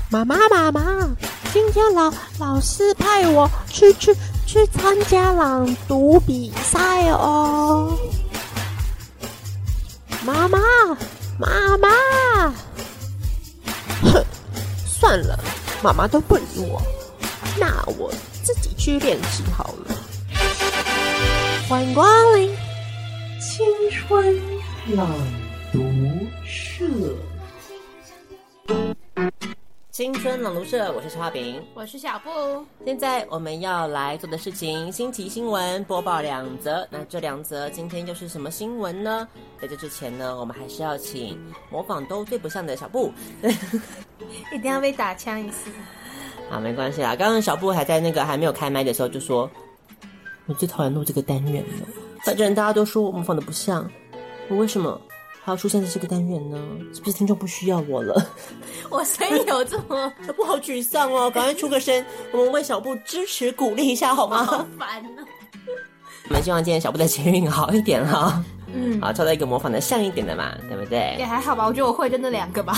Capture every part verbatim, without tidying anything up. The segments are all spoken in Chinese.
妈妈妈妈，今天老老师派我去去去参加朗读比赛哦。妈妈妈妈，哼，算了，妈妈都不理我，那我自己去练习好了。欢迎光临青春朗读社。青春朗读社，我是陈画饼， 我是小布。 现在我们要来做的事情，新奇新闻播报两则。那这两则今天又是什么新闻呢？在这之前呢，我们还是要请模仿都对不上的小布， 一定要被打枪一次。 好，没关系啦。刚刚小布还在那个还没有开麦的时候就说，我最讨厌录这个单元了，反正大家都说我模仿的不像，我为什么还要出现在这个单元呢？是不是听众不需要我了？ 我声音有这么小布好沮丧哦，赶快出个声，我们为小布支持鼓励一下好吗？ 好烦哦。 我们希望今天小布的捷运好一点哈， 嗯， 好，找到一个模仿的像一点的嘛，对不对？ 也还好吧，我觉得我会就那两个吧。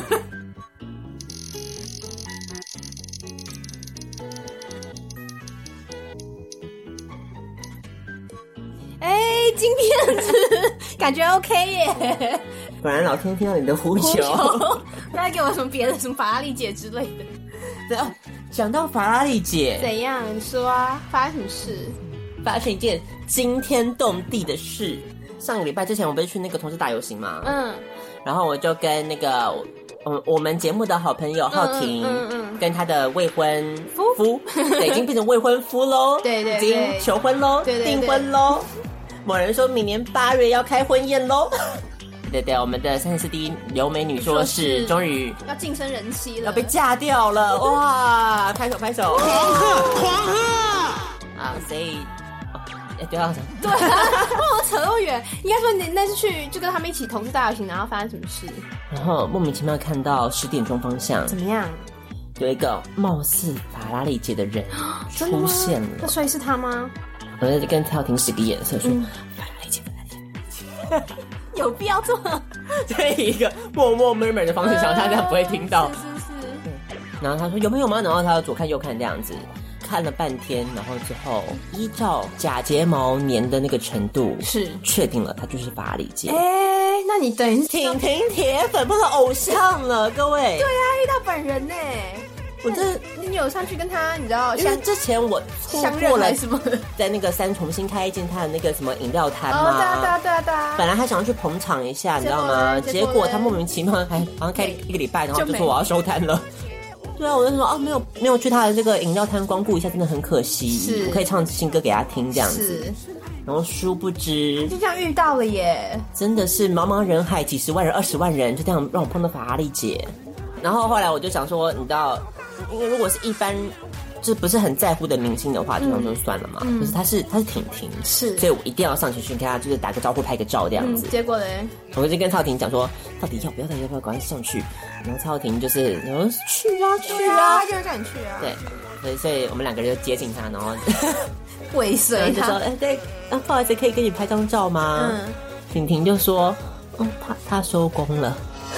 哎，金片子感觉 OK 耶。 果然老天听到你的呼求， 不要给我什么别的，什么法拉利姐之类的。 对哦，讲到法拉利姐， 怎样？你说啊，发生什么事？ 发生一件惊天动地的事。上个礼拜之前，我不是去那个同志大游行嘛，嗯，然后我就跟那个我我们节目的好朋友浩庭，嗯嗯嗯，跟他的未婚夫夫，对，已经变成未婚夫喽， 对对对， 已经求婚喽， 对对对， 订婚喽。某人说明年八月要开婚宴喽。对对，我们的三十四第留美女硕士终于要晋升人妻了， 要被嫁掉了，哇！拍手拍手，狂贺狂贺啊！所以，哦，哎，对啊， 对啊，我扯那么远，应该说你那次去就跟他们一起同事大游行，然后发生什么事？ 然后莫名其妙看到十点钟方向， 怎么样？ 有一个貌似法拉利姐的人出现了， 那所以是他吗？ 我就跟跳婷使个眼色说：“法拉利姐，法拉利姐。” 有必要这么对一个默默 murmur 的方式，想他这样不会听到。 是是是。 然后他说有没有吗？然后他左看右看这样子，看了半天，然后之后依照假睫毛粘的那个程度，是确定了他就是法拉利姐。 哎、欸，那你等于婷婷铁粉碰到偶像了，各位。 对啊，遇到本人呢。 我这你有上去跟他，你知道？ 因为之前我相认了什么？ 在那个三重新开一间他的那个什么饮料摊嘛， 哦，对啊对啊对啊对啊。 本来他想要去捧场一下，你知道吗？结果他莫名其妙还好像开一个礼拜，然后就说我要收摊了。对啊，我就说啊，没有没有去他的这个饮料摊光顾一下，真的很可惜。是，我可以唱新歌给他听这样子。然后殊不知就这样遇到了耶， 真的是茫茫人海，几十万人、二十万人，就这样让我碰到法拉利姐。然后后来我就想说，你知道。因为如果是一般就不是很在乎的明星的话，就当就算了嘛。嗯、可是他是他是婷婷，是，所以我一定要上去去跟他就是打个招呼、拍个照这样子。 嗯、结果嘞， 我就跟曹婷讲说，到底要不要要不要赶快上去？然后曹婷就是然后去啊去啊， 就叫你去啊。 对，所以所以我们两个人就接近他，然后尾随他，就说哎、欸、对，啊不好意思，可以跟你拍张照吗？嗯，婷婷就说，哦他他收工了。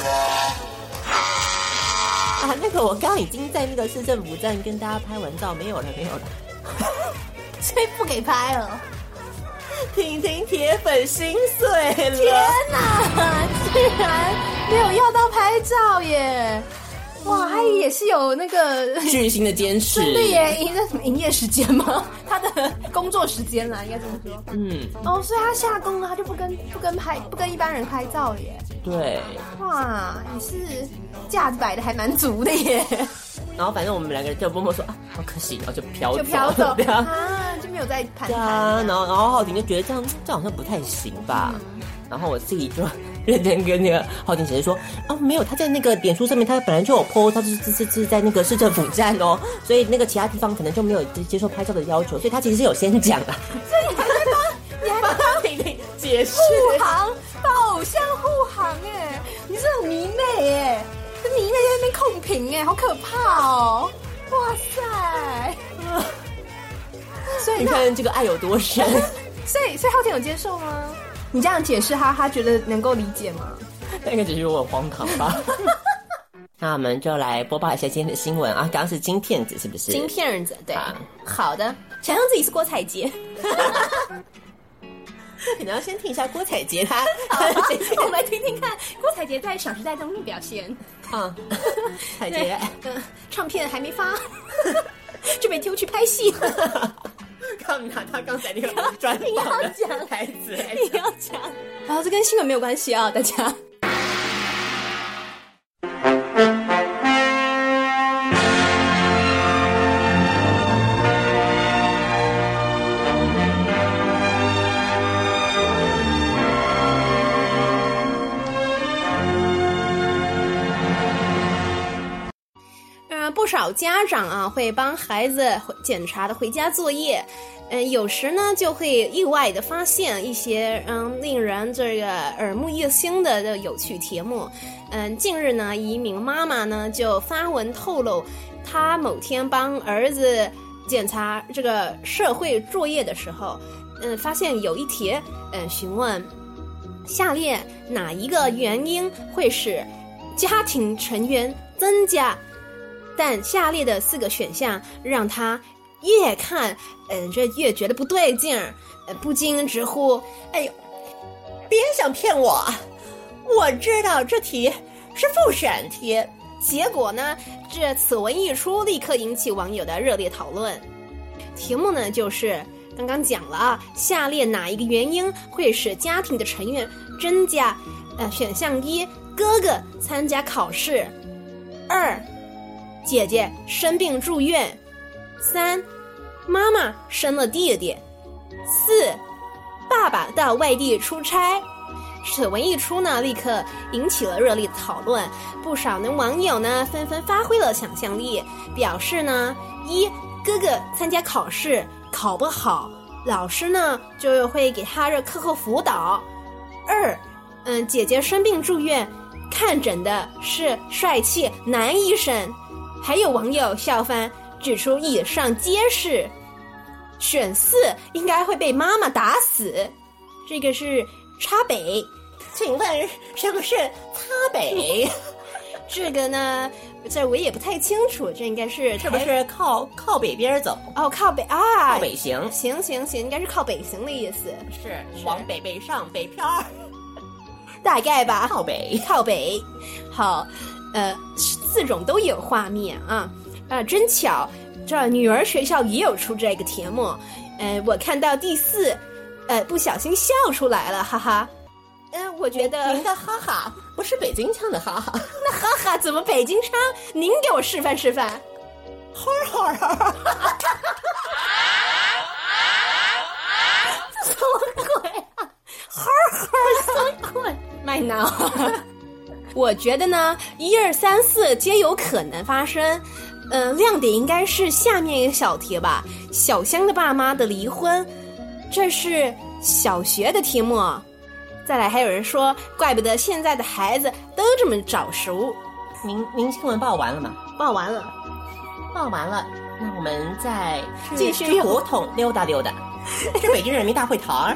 啊，那个我刚刚已经在那个市政府站跟大家拍完照，没有了，没有了， 所以不给拍了。 婷婷铁粉心碎了， 天哪，居然没有要到拍照耶！哇，他也是有那个巨星的坚持， 真的耶！那什么营业时间吗？他的工作时间啦，应该这么说。嗯，哦，所以他下工了，他就不跟不跟拍不跟一般人拍照了耶。 对， 哇，你是架子摆的还蛮足的耶。 然后反正我们两个人就默默说啊，好可惜，然后就飘走， 就飘走啊，就没有再攀谈。 啊，然后然后浩庭就觉得这样这样好像不太行吧。嗯、然后我自己就认真跟那个浩庭姐姐说啊，没有，他在那个脸书上面，他本来就有 po， 他是是是是在那个市政府站哦，所以那个其他地方可能就没有接受拍照的要求，所以他其实是有先讲啊。 所以你还在帮，你还帮婷婷解释护航，帮偶像护航哎，你是很迷妹哎。迷妹在那边控评哎，好可怕哦！哇塞！所以你看这个爱有多深。 所以，所以浩天有接受吗？你这样解释他，他觉得能够理解吗？ 那应该只是我很荒唐吧。 那我们就来播报一下今天的新闻啊。刚刚是金片子是不是？ 金片子，对。好, 好的，想象自己是郭采洁。 可能要先听一下郭采洁她。 我们来听听看郭采洁在《小时代》当中表现。 嗯，采洁， 嗯，唱片还没发，就被丢去拍戏。 告诉他，他刚才那个专访的台词， 你要讲。然后这跟新闻没有关系啊，大家。不少家长啊会帮孩子检查的回家作业，嗯，有时呢就会意外的发现一些嗯令人这个耳目一新的的有趣题目。嗯，近日呢，一名妈妈呢就发文透露，她某天帮儿子检查这个社会作业的时候，嗯，发现有一题，嗯，询问下列哪一个原因会使家庭成员增加？但下列的四个选项让他越看，嗯、呃，这越觉得不对劲儿，呃，不禁直呼：“哎呦，别想骗我！我知道这题是复选题。”结果呢，这此文一出，立刻引起网友的热烈讨论。题目呢，就是刚刚讲了啊，下列哪一个原因会使家庭的成员增加？呃，选项一，哥哥参加考试；二，姐姐生病住院；三，妈妈生了弟弟；四，爸爸到外地出差。此文一出呢，立刻引起了热烈的讨论，不少的网友呢纷纷发挥了想象力，表示呢，一，哥哥参加考试考不好，老师呢就会给他这课后辅导；二，嗯，姐姐生病住院，看诊的是帅气男医生。还有网友笑翻，指出以上皆是。选四应该会被妈妈打死。这个是插北，请问什么是插北？这个呢，这我也不太清楚，这应该是是不是靠靠北边走？ 哦，靠北啊， 靠北行， 行行行，应该是靠北行的意思， 是, 是往北北上北漂， 大概吧， 靠北靠北。好，呃，四种都有画面啊，啊，真巧，这女儿学校也有出这个题目，呃，我看到第四，呃，不小心笑出来了，哈哈。嗯、呃，我觉得您的哈哈不是北京腔的哈哈， 那哈哈怎么北京腔？您给我示范示范。 哈哈哈！ 这什么鬼啊？哈哈，什么鬼？卖脑。我觉得呢，一二三四皆有可能发生。嗯、呃，亮点应该是下面一个小题吧。小香的爸妈的离婚，这是小学的题目。再来，还有人说，怪不得现在的孩子都这么早熟。 您您新闻报完了吗？ 报完了， 报完了。那我们再继续胡同溜达溜达，是北京人民大会堂。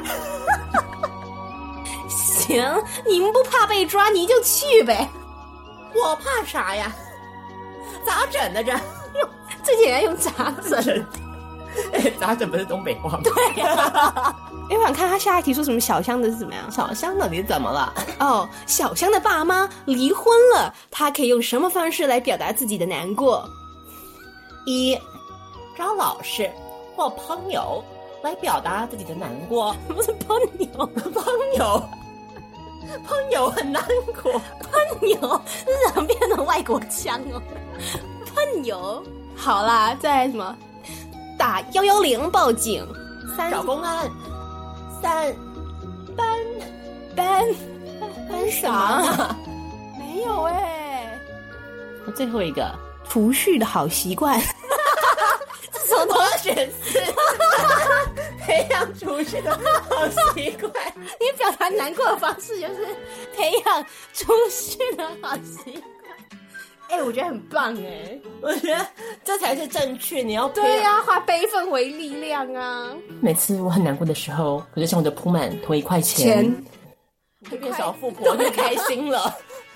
行，你们不怕被抓，你就去呗。 我怕啥呀？咋整的这？ 这竟然用咋整？ 咋整不是东北话吗？ 对呀、啊。因为我想看他下一题说什么小香的是怎么样？ 小香到底怎么了？ 哦，小香的爸妈离婚了，他可以用什么方式来表达自己的难过？ 一，找老师或朋友来表达自己的难过。 不是朋友， 朋友，朋友很难过。 朋友，这怎么变成外国腔哦？朋友，好啦，再来什么？打幺幺零报警。三， 找公安。三，搬搬搬什么？没有哎、欸。 最后一个， 储蓄的好习惯。 这什么多选四？培养储蓄的好习惯。 你表达难过的方式就是培养储蓄的好习惯。哎、欸，我觉得很棒哎、欸， 我觉得这才是正确。你要对呀、啊，化悲愤为力量啊！ 每次我很难过的时候，我就向我的铺满投一块钱， 钱就变小富婆，就开心了。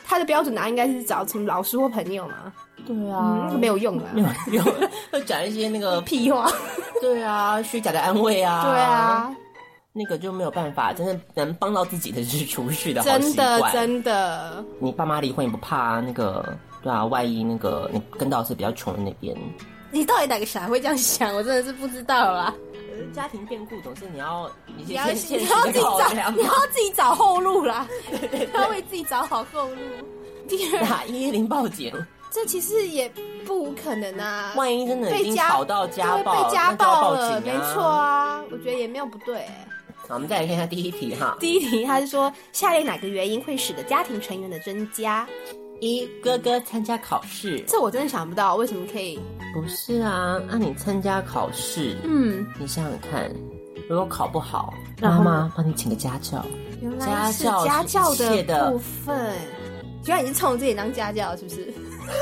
他的标准答案应该是找什么老师或朋友嘛。 对啊， 嗯，那个没有用的、啊， 没有用，会讲一些那个屁话。 对啊，虚假的安慰啊。 对啊， 那个就没有办法，真的能帮到自己的就是储蓄的好习惯。 真的真的， 你爸妈离婚也不怕那个，对啊，万一那个你跟到是比较穷的那边。 你到底哪个小孩会这样想？我真的是不知道啦。 家庭变故总是你要你你要你要自己找你要自己找后路啦，对对对，要为自己找好后路。第二， 打一一零报警， 这其实也不可能啊。 万一真的已经跑到家暴， 被家暴了， 啊、 没错啊，我觉得也没有不对、欸。 好，我们再来看一下第一题哈。 第一题，他是说下列哪个原因会使得家庭成员的增加？ 一，哥哥参加考试， 这我真的想不到为什么可以。 不是啊，那、啊、你参加考试， 嗯， 你想想看，如果考不好，妈妈帮你请个家教， 原来是家教的部分，居然你是冲自己当家教是不是？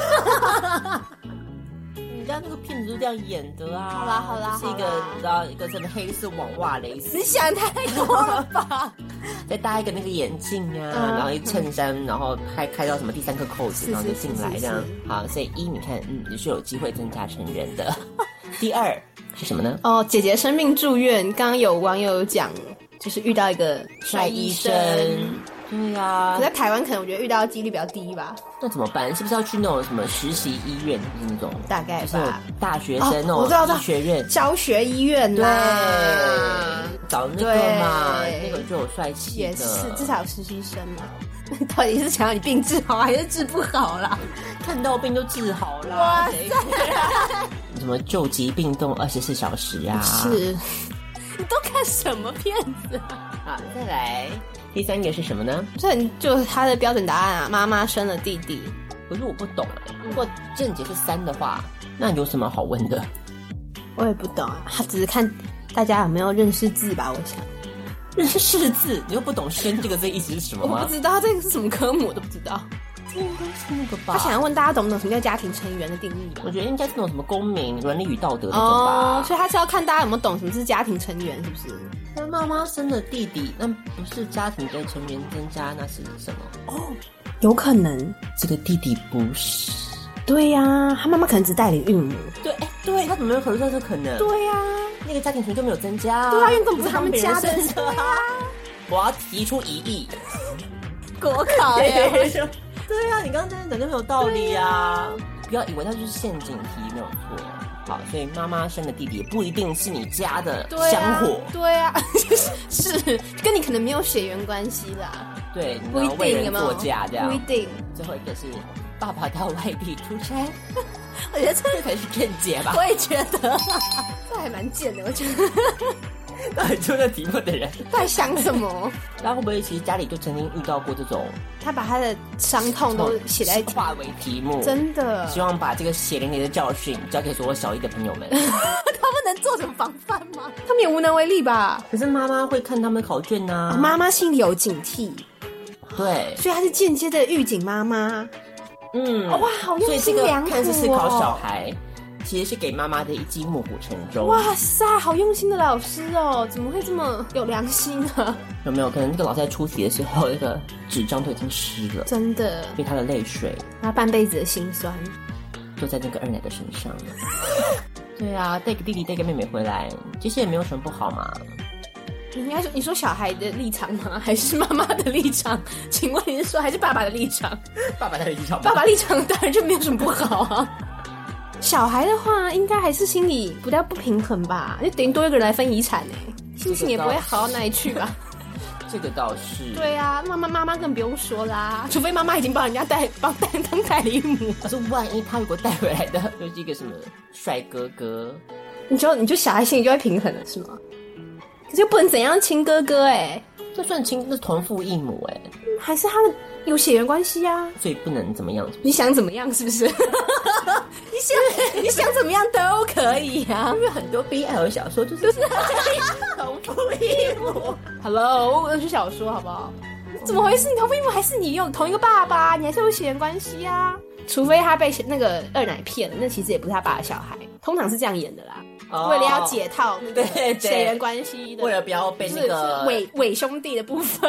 人家那个片子就这样演的啊！ 好啦好啦， 是一个你知道一个什么黑色网袜蕾丝， 你想太多了吧？ 再搭一个那个眼镜啊，嗯、然后一衬衫，然后开开到什么第三颗扣子，然后就进来这样。好，所以一你看，嗯，你是有机会增加成人的。第二是什么呢？ 哦，姐姐生病住院，刚刚有网友讲，就是遇到一个帅医生。 对呀、啊， 可在台湾可能我觉得遇到的几率比较低吧。 那怎么办？是不是要去那种什么实习医院，就是那种大概吧， 就是大学生、 哦、 那种医学院、 教学医院啦？ 对，找那个嘛，那个就有帅气的， 也是至少实习生嘛。到底是想要你病治好还是治不好啦？ 看到病就治好啦！ 哇塞！ 什么救急病动二十四小时啊？ 是，你都看什么片子啊？ 好，再来。第三个是什么呢？ 这就他的标准答案啊，妈妈生了弟弟。 可是我不懂哎、欸，如果正解是三的话，那有什么好问的？ 我也不懂啊，他只是看大家有没有认识字吧，我想。 认识字，你又不懂生这个字意思是什么吗？ 我不知道这个是什么科目，我都不知道。 这应该是那个吧？ 他想要问大家懂不懂什么叫家庭成员的定义吧？ 我觉得应该是那种什么公民、伦理与道德那种吧。 哦，所以他是要看大家有没有懂什么是家庭成员，是不是？ 那妈妈生了弟弟，那不是家庭的成员增加，那是什么？ 哦，有可能这个弟弟不是。 对呀、啊，他妈妈可能只带领孕母。 对，哎，对，他怎么没有考虑到这可能？ 对呀、啊， 那个家庭成员就没有增加。 对啊，因为根本不是他们家的。 对啊，我要提出疑义。 国考耶！ 对啊，你刚刚这样讲就很有道理啊！不要以为它就是陷阱题，没有错。好，所以妈妈生的弟弟也不一定是你家的香火。 对啊，对啊是跟你可能没有血缘关系啦。 对， 不一定有没有作嫁这样， 不一定。 最后一个是爸爸到外地出差， 我觉得这这才是正解吧？ 我也觉得，这还蛮贱的，我觉得。 到底出这题目的人在想什么？ 他会不会其实家里就曾经遇到过这种？ 他把他的伤痛都写在化为题目， 真的希望把这个血淋淋的教训交给所有小一的朋友们。 他们能做什么防范吗？他们也无能为力吧。 可是妈妈会看他们考卷啊， 妈妈心里有警惕， 对， 所以他是间接的预警妈妈。 嗯， 哇，好用心良苦哦。 所以这个看似是考小孩，其实是给妈妈的一记卧虎沉舟。 哇塞，好用心的老师哦，怎么会这么有良心呢？ 有没有可能这个老师在出题的时候，那个纸张都已经湿了， 真的， 被他的泪水， 他半辈子的辛酸， 就在那个二奶的身上。对啊，带个弟弟带个妹妹回来，其实也没有什么不好嘛。 你应该说，你说小孩的立场吗？还是妈妈的立场？请问你是说还是爸爸的立场？ 爸爸的立场， 爸爸立场当然就没有什么不好啊。小孩的话，应该还是心里不太不平衡吧？就等于多一个人来分遗产哎、欸，心情也不会好到哪里去吧？ 这个倒是。 对啊，妈妈妈妈更不用说啦，除非妈妈已经帮人家带帮带当代理母。 可是万一他如果带回来的就是一个什么帅哥哥， 你就你就小孩心里就会平衡了是吗？可是又不能怎样亲哥哥哎、欸， 这算亲，那是同父异母哎、欸， 还是他的有血缘关系啊， 所以不能怎么样。 你想怎么样是不是？你想你想怎么样都可以啊， 因为很多 B L 小说就是就是同父异母。 Hello， 我是小说好不好？怎么回事？你同父异母还是你有同一个爸爸？你还是有血缘关系啊？除非他被那个二奶骗了，那其实也不是他爸的小孩，通常是这样演的啦。哦、为了要解套那个血缘关系的， 为了不要被那个伪伪兄弟的部分。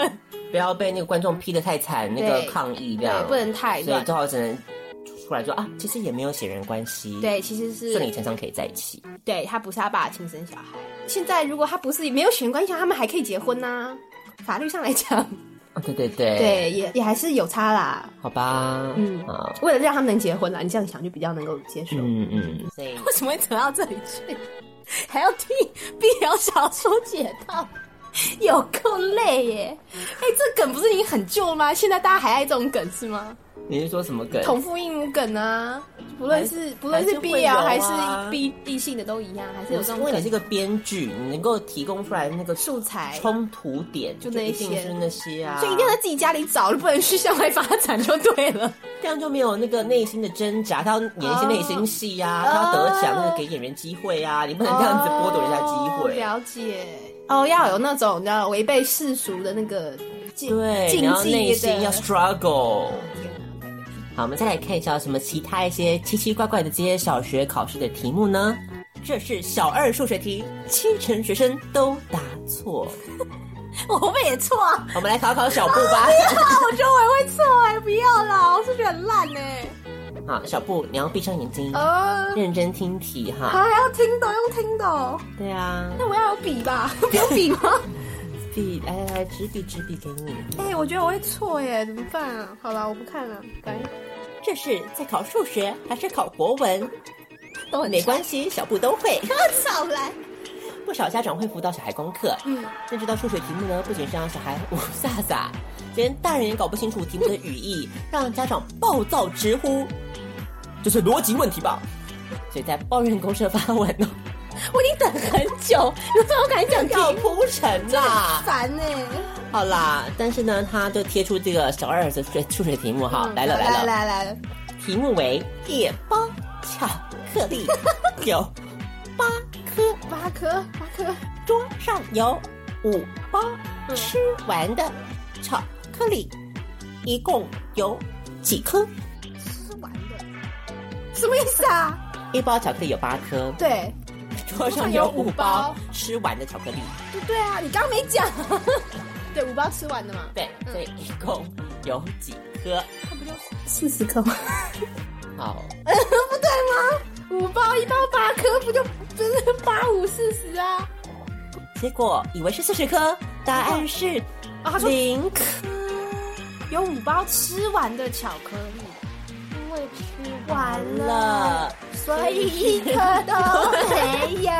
不要被那个观众批得太惨，那个抗议这样， 对，不能太乱， 所以最后只能出来说啊，其实也没有血缘关系， 对，其实是顺理成章可以在一起。 对，他不是他爸的亲生小孩。现在如果他不是没有血缘关系，他们还可以结婚呐、啊。法律上来讲， 啊，对对对， 对，也也还是有差啦。 好吧， 嗯啊， 为了让他们能结婚啦，你这样想就比较能够接受。 嗯嗯，所以为什么会扯到这里去？还要替 B L 小说解套，有够累耶！哎、欸，这梗不是已经很旧了吗？现在大家还爱这种梗是吗？ 你是说什么梗？ 同父异母梗啊，不论是不论是 B L 还是 B 异性的都一样，还是有这种梗。 因为你是个编剧，你能够提供出来的那个素材冲突点， 就那些， 就一定是那些啊， 所以一定要在自己家里找，不能去向外发展就对了。 这样就没有那个内心的挣扎，他要演一些内心戏啊， oh. 他要得奖，那个给演员机会啊，你不能这样子剥夺人家机会。 Oh, 了解。哦，要有那种你知道违背世俗的那个禁对， 禁忌的， 然后内心要 struggle。好，我们再来看一下什么其他一些奇奇怪怪的这些小学考试的题目呢？这是小二数学题，七成学生都答错。 我会不会也错啊？ 我们来考考小布吧。 不要，我觉得我也会错哎、欸，不要啦，我数学很烂哎、欸。 好，小布，你要闭上眼睛， 呃， 认真听题哈。 还要听懂，用听懂。 对啊。 那我要有笔吧？不用笔吗？ 笔，来来来，纸笔纸笔给你。 哎、欸，我觉得我会错耶，怎么办啊？好了，我不看了，赶紧。 这是在考数学还是考国文？ 都很没关系，小布都会。 少来。 不少家长会辅导小孩功课，嗯，但这道数学题目呢，不仅是让小孩五撒撒，连大人也搞不清楚题目的语义，让家长暴躁直呼：“这是逻辑问题吧？”所以在抱怨公社发文哦。 我已经等很久，有时候我敢讲要铺陈啦， 烦呢、欸。 好啦，但是呢，他就贴出这个小二的数学数学题目哈、嗯，来了来了来来了，题目为夜包巧克力，有八颗八颗八颗， 桌上有五包吃完的巧克力，一共有几颗？ 吃完的什么意思啊？ 一包巧克力有八颗， 对。 桌上有五包吃完的巧克力。 对对啊，你刚刚没讲。对，五包吃完的嘛。 对，所以一共有几颗？ 那不就四十颗吗？ 好， 不对吗？五包一包八颗，不就不是八五四十啊？ 结果以为是四十颗，答案是零颗。 有五包吃完的巧克力。因为吃完了，所以一颗都没有。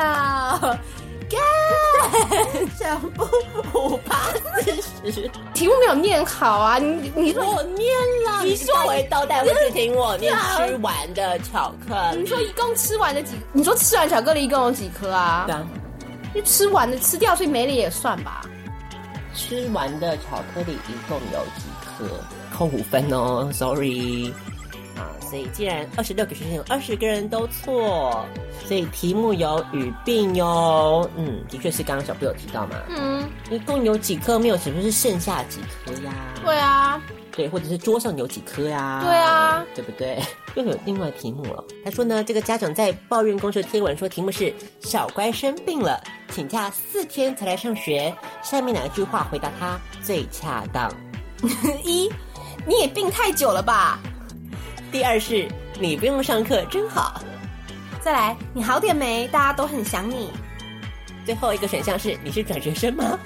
干， 小布五八四十， 题目没有念好啊！你你说我念了， 你说回倒带回去听我念吃完的巧克力。 你说一共吃完的几？你说吃完巧克力一共有几颗啊？ 对啊， 就吃完的吃掉，所以没了也算吧。 吃完的巧克力一共有几颗？扣五分哦 ，sorry。啊，所以既然二十六个学生有二十个人都错，所以题目有语病哟。嗯，的确是刚刚小布有提到嘛。嗯，一共有几颗没有写出是剩下几颗呀？ 对啊， 对，或者是桌上有几颗呀？ 对啊， 对不对？又有另外题目了。他说呢，这个家长在抱怨公社贴文说题目是小乖生病了，请假四天才来上学，下面哪一句话回答他最恰当？ 一，你也病太久了吧？ 第二是你不用上课真好。 再来，你好点没？大家都很想你。 最后一个选项是你是转学生吗？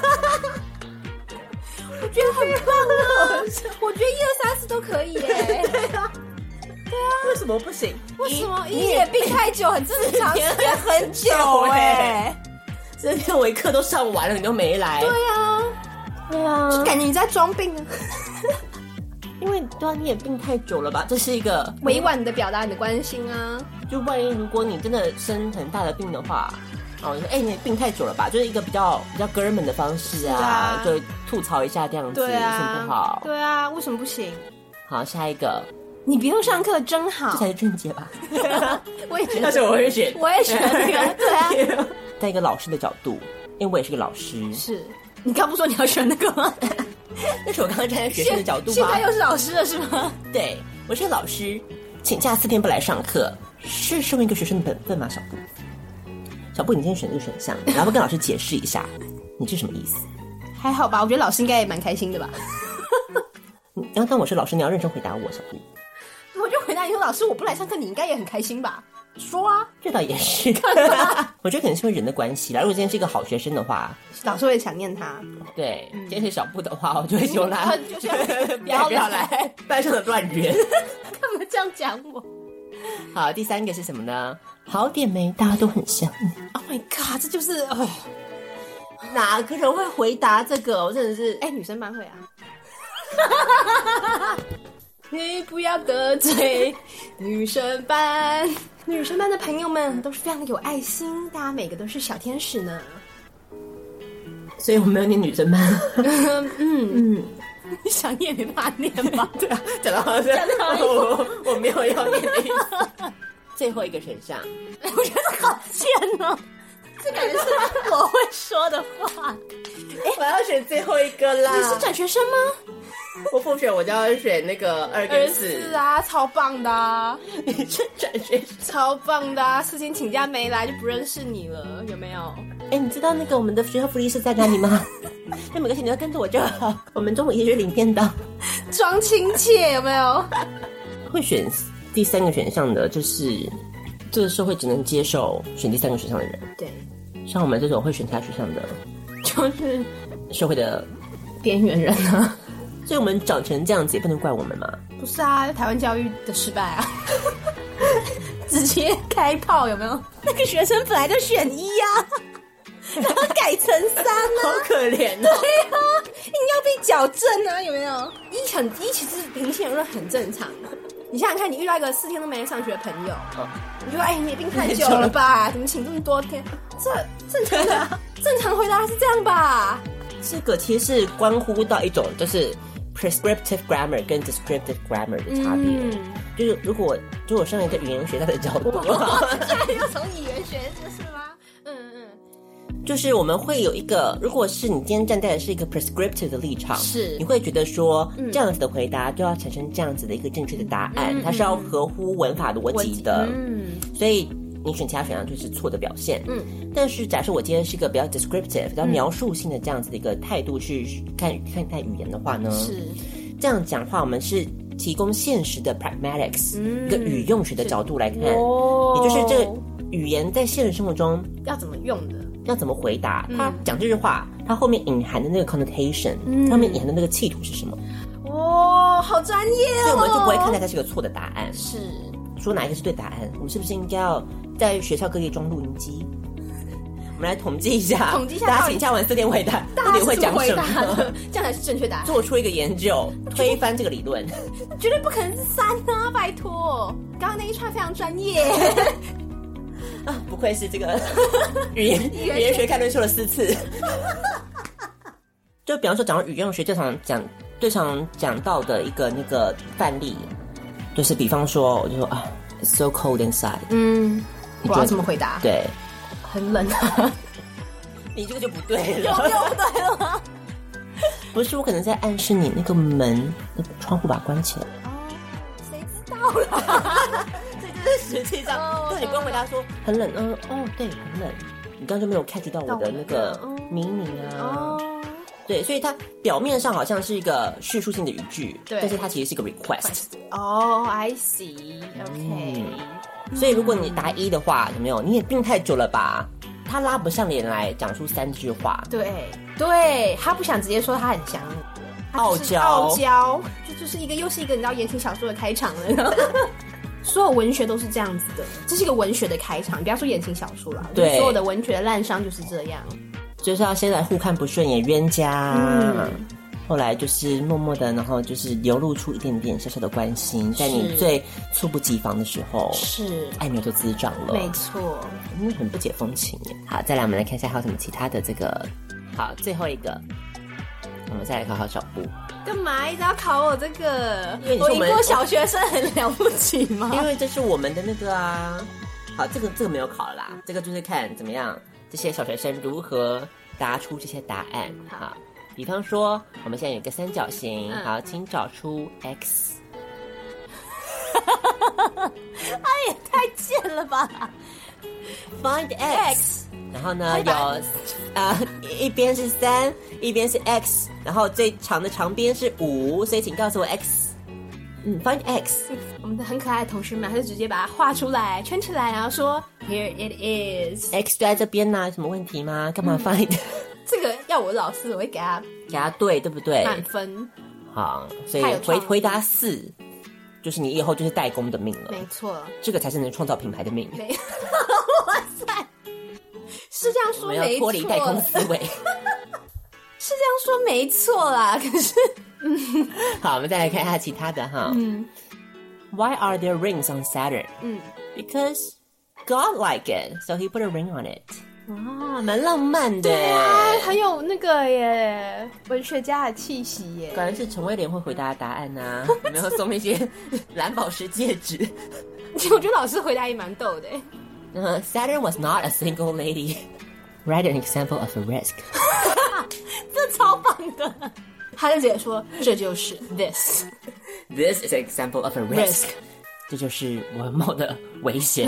我觉得很棒啊！我觉得一二三四都可以耶。对啊，对啊， 为什么不行？ 为什么？你也病太久，很正常，时间很久哎。 这天我一课都上完了，你都没来。 对啊，对啊，就感觉你在装病啊。 因为对啊，你也病太久了吧？这是一个委婉的表达你的关心啊。 就万一如果你真的生很大的病的话，哦，你说哎、欸，你病太久了吧？就是一个比较比较哥们的方式啊，啊就吐槽一下这样子， 对啊， 为什么不好？ 对啊，为什么不行？ 好，下一个， 你不用上课真好， 这才是正解吧？ 我也觉得， 但是我会选， 我也选这个，对啊。 在一个老师的角度，因为我也是个老师， 是你刚不说你要选那个吗？ 那是我刚刚站在学生的角度吗？ 现在又是老师了是吗？ 对，我是老师，请假四天不来上课，是身为一个学生的本分吗？小布，小布，你今天选这个选项，然后跟老师解释一下，你是什么意思？ 还好吧，我觉得老师应该也蛮开心的吧。 你要当我是老师，你要认真回答我，小布。 我就回答你说，老师我不来上课，你应该也很开心吧？说啊， 这倒也是。我觉得可能是因为人的关系啦。如果今天是一个好学生的话， 老师会想念他。 对，今天是小布的话，我就会希望他就是不要不要来班上的乱源。 干嘛这样讲我？ 好，第三个是什么呢？好点没？大家都很像。 Oh my god， 这就是哦， 哪个人会回答这个？我真的是， 哎、欸，女生班会啊。你不要得罪女生班，女生班的朋友们都是非常的有爱心，大家每个都是小天使呢。 所以我没有念女生班。 嗯嗯，你想念也没办法念吧？ 对啊，讲到好像我我没有要念的意思。最后一个选项， 我觉得好贱哦，这感觉是我会说的话。 我要选最后一个啦。 你是转学生吗？ 我复选，我就要选那个二跟四。 是啊，超棒的啊！ 你是转学生， 超棒的啊！事情请假没来就不认识你了，有没有？ 哎、欸，你知道那个我们的学校福利是在哪里吗？那每个星期要跟着我就好。我们中午也是领便当， 装亲切有没有？ 会选第三个选项的，就是这个社会只能接受选第三个选项的人。 对， 像我们这种会选其他选项的， 就是社会的边缘人啊。 所以我们长成这样子也不能怪我们嘛。 不是啊，台湾教育的失败啊。直接开炮有没有？那个学生本来就选一啊，然后改成三啊， 好可怜哦。 对啊，硬要被矫正啊，有没有？一很一其实平心而论很正常的。你想想看，你遇到一个四天都没来上学的朋友，哦、你就说：“哎，你也病太久了吧？怎么请这么多天？”这正常的正常回答是这样吧？ 这个其实是关乎到一种就是 prescriptive grammar 跟 descriptive grammar 的差别。嗯、就是如果就我上一个语言学家的角度， 现在又从语言学就是吗？嗯嗯。 就是我们会有一个，如果是你今天站在的是一个 prescriptive 的立场， 是你会觉得说、嗯、这样子的回答就要产生这样子的一个正确的答案，嗯、它是要合乎文法逻辑的，嗯，所以你选其他选项就是错的表现，嗯。但是假设我今天是一个比较 descriptive、比较描述性的这样子的一个态度去看看待语言的话呢，是这样讲话，我们是提供现实的 pragmatics、嗯、一个语用学的角度来看，哦、也就是这个语言在现实生活中要怎么用的。 要怎么回答？他讲这句话，他后面隐含的那个 connotation，嗯，后面隐含的那个企图是什么？ 哇、哦，好专业哦！ 所以我们就不会看待它是个错的答案。 是说哪一个是对答案？我们是不是应该要在学校各地装录音机？我们来统计一下， 统计一下， 大家请下完四天回答，到底会讲什么？ 这样才是正确答案。 做出一个研究，推翻这个理论， 绝对不可能是三啊！拜托，刚刚那一串非常专业。 啊，不愧是这个语言语言学，看论说了四次。就比方说，讲到语言学最常讲、最常讲到的一个那个范例，就是比方说，我就说啊 ，It's so cold inside。嗯， 我要怎么回答？ 对， 很冷啊。 你这个就不对了， 又又不对了吗？ 不是，我可能在暗示你那个门、那个窗户把它关起来。 哦，谁知道啦？ 实际上，对，你不用回答说很冷，嗯，哦，对，很冷。你刚刚就没有 catch 到我的那个迷你啊，哦、对，所以它表面上好像是一个叙述性的语句，对，但是它其实是一个 request。 哦、oh, ，I see，OK、okay. 嗯。所以如果你答一的话，有没有？你也病太久了吧？他拉不上脸来讲出三句话， 对，对，他不想直接说他很想你， 傲娇， 傲娇，就就是一个又是一个你知道言情小说的开场了。所有文学都是这样子的，这是一个文学的开场，你不要说言情小说啦，对，所有的文学的滥觞就是这样， 就是要先来互看不顺眼冤家，嗯，后来就是默默的，然后就是流露出一点点小小的关心，在你最猝不及防的时候，是爱苗就滋长了， 没错， 嗯，很不解风情耶。好，再来我们来看一下还有什么其他的这个，好，最后一个，我们再来考考小布。 干嘛一直要考我这个？ 因为你是我们我一个小学生很了不起吗？ 因为这是我们的那个啊。好，这个这个没有考了啦，这个就是看怎么样这些小学生如何答出这些答案。好，比方说我们现在有一个三角形，嗯、好，请找出 x。 他也太贱了吧 ！Find x，, x 然后呢有呃，一边是三，一边是 x， 然后最长的长边是五，所以请告诉我 x。嗯 ，find x。 我们的很可爱的同学们，他就直接把它画出来，圈起来，然后说 Here it is。 x 就在这边呐、啊，有什么问题吗？干嘛 find？、嗯、 这个要我老师，我会给他给他对，对不对？ 满分。 好，所以回回答四，就是你以后就是代工的命了。 没错， 这个才是能创造品牌的命。 哇塞，是这样说没错。我们要脱离代工思维。 是这样说没错啦，可是，嗯， 好，我们再来看一下其他的哈。嗯 ，Why are there rings on Saturn？ 嗯 ，Because God liked it, so he put a ring on it。哇，蛮浪漫的。 对啊，很有那个耶，文学家的气息耶。 果然是陈威廉会回答的答案啊，有没有送一些蓝宝石戒指？ 我觉得老师回答也蛮逗的。 Uh, Saturn was not a single lady. Write an example of a risk. 这超棒的。他就直接说，这就是 this. This is an example of a risk. risk. 这就是文冒的危险。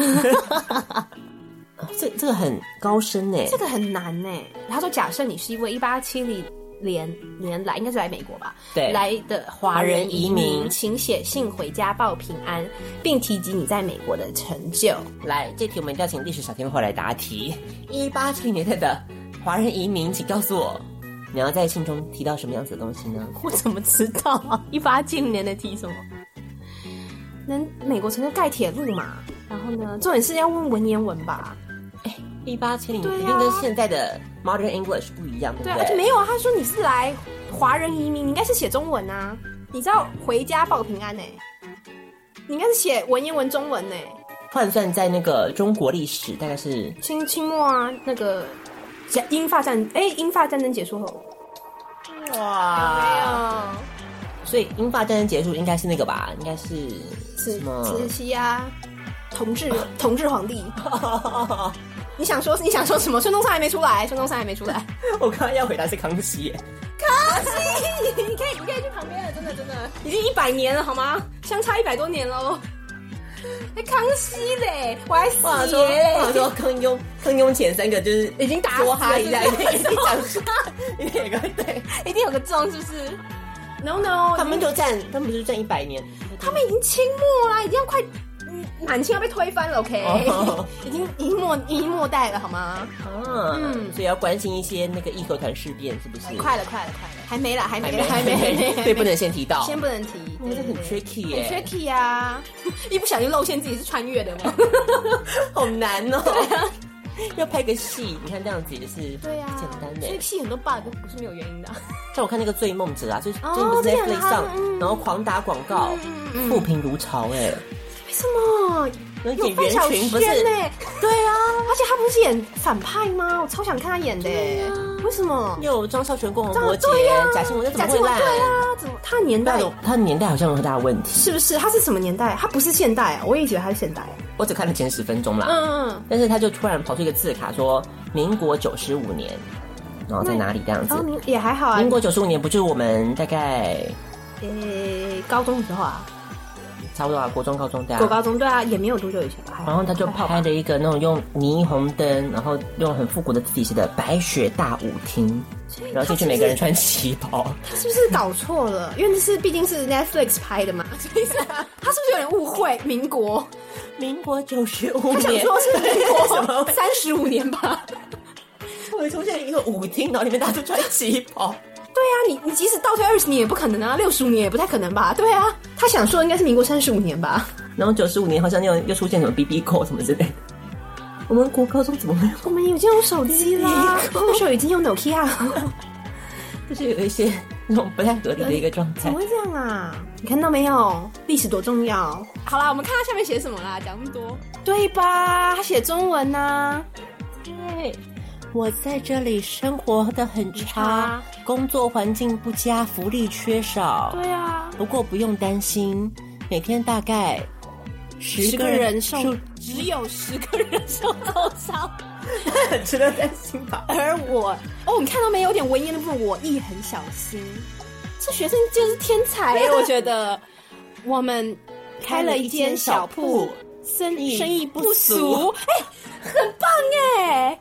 这这个很高深耶， 这个很难耶。他说，假设你是一位一八七零年年来，应该是来美国吧？ 对， 来的华人移民，请写信回家报平安，并提及你在美国的成就。 来，这题我们一定要请历史小天后来答题。一八七零年代的华人移民，请告诉我，你要在信中提到什么样子的东西呢？ 我怎么知道啊？一八七零年的提什么？能美国成就盖铁路嘛？然后呢，重点是要问文言文吧？ 哎，一八七零一定跟现在的 Modern English 不一样，对不对？ 对，而且没有啊。他说你是来华人移民，你应该是写中文啊。你知道回家报平安呢、欸？你应该是写文言文中文呢、欸。 换算在那个中国历史，大概是清清末啊，那个英法战，哎，英法战争结束后，哇，没有。 所以英法战争结束应该是那个吧？应该是什么？慈禧啊，同治同治皇帝。你想说你想说什么？孙中山还没出来，孙中山还没出来。 我刚刚要回答是康熙耶。 康熙，你可以你可以去旁边了，真的真的，已经一百年了好吗？相差一百多年喽。哎，康熙嘞，我还死耶！ 我说康雍，康雍前三个就是已经打死哈一下，一定讲出，一定有个对， 一定有个中，是不是 ？No No， 他们就占，他们不是占一百年， 他们已经清末啦，已经要快。满清要被推翻了 ，OK，、oh. 已经已经末已经末代了，好吗？ 啊，嗯，所以要关心一些那个义和团事变，是不是？ 快了，快了，快了，还没了，还没了，还没，还没， 所以不能先提到， 先不能提， 这个很 tricky 耶， 很 tricky 啊，一不小心露馅自己是穿越的嘛， 好难哦。对啊，要拍个戏，你看这样子也是对啊， 简单的， 所以戏很多 bug 不是没有原因的。 像我看那个《醉梦者》啊，就是最近不是 Netflix 上，然后狂打广告，负评如潮哎。 为什么？有范晓萱呢、欸？对啊，而且他不是演反派吗？我超想看他演的、欸。啊、为什么？ 有张孝全、共和国姐、贾静雯，怎么会烂？ 对啊，怎么？他的年代， 他的年代好像有很大的问题， 是不是？他是什么年代？他不是现代啊，我也以为他是现代、啊。 我只看了前十分钟啦，嗯嗯，但是他就突然跑出一个字卡说民国九十五年，然后在哪里这样子？ 哦，也还好啊。 民国九十五年不就是我们大概呃、欸、高中的时候啊？ 差不多啊，国中、高中对啊， 国高中对啊，也没有多久以前吧。 然后他就拍了一个那种用霓虹灯，然后用很复古的字体写的白雪大舞厅，然后进去每个人穿旗袍。 他是不是搞错了？因为这是毕竟是 Netflix 拍的嘛，所以他是不是有点误会？民国， 民国九十五年， 他想说是民国三十五年吧？ 会出现一个舞厅，然后里面大家都穿旗袍。 对啊，你你即使倒退二十年也不可能啊，六十五年也不太可能吧？对啊，他想说应该是民国三十五年吧。 然后九十五年好像又又出现什么 B B 扣什么之类的。我们国高中怎么没有？ 我们已经有手机啦，那时候已经有 Nokia 了。 就是有一些那种不太合理的一个状态。 怎么会这样啊？你看到没有？历史多重要。好啦，我们看他下面写什么啦，讲那么多，对吧？他写中文啊。 对。我在这里生活得很差，工作环境不佳，福利缺少。 对啊， 不过不用担心，每天大概十个人受，只有十个人受受伤， 很值得担心吧。 而我，哦，你看到没有？有点文言的部分，我亦很小心。这学生就是天才耶，我觉得。我们开了一间小铺，生意生意不俗，哎、欸，很棒哎。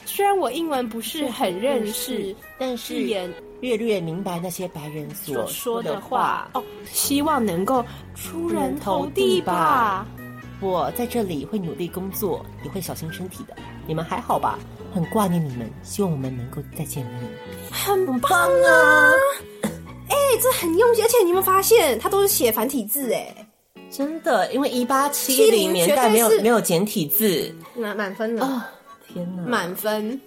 虽然我英文不是很认识， 但是也略略明白那些白人所说的话。 哦，希望能够出人头地吧。 我在这里会努力工作，也会小心身体的。你们还好吧？很挂念你们，希望我们能够再见面。 很棒啊！哎、欸，这很用心，而且你有没有发现，它都是写繁体字哎。 真的，因为一八七零年代没有没有简体字， 满满分了哦！天哪， 满分！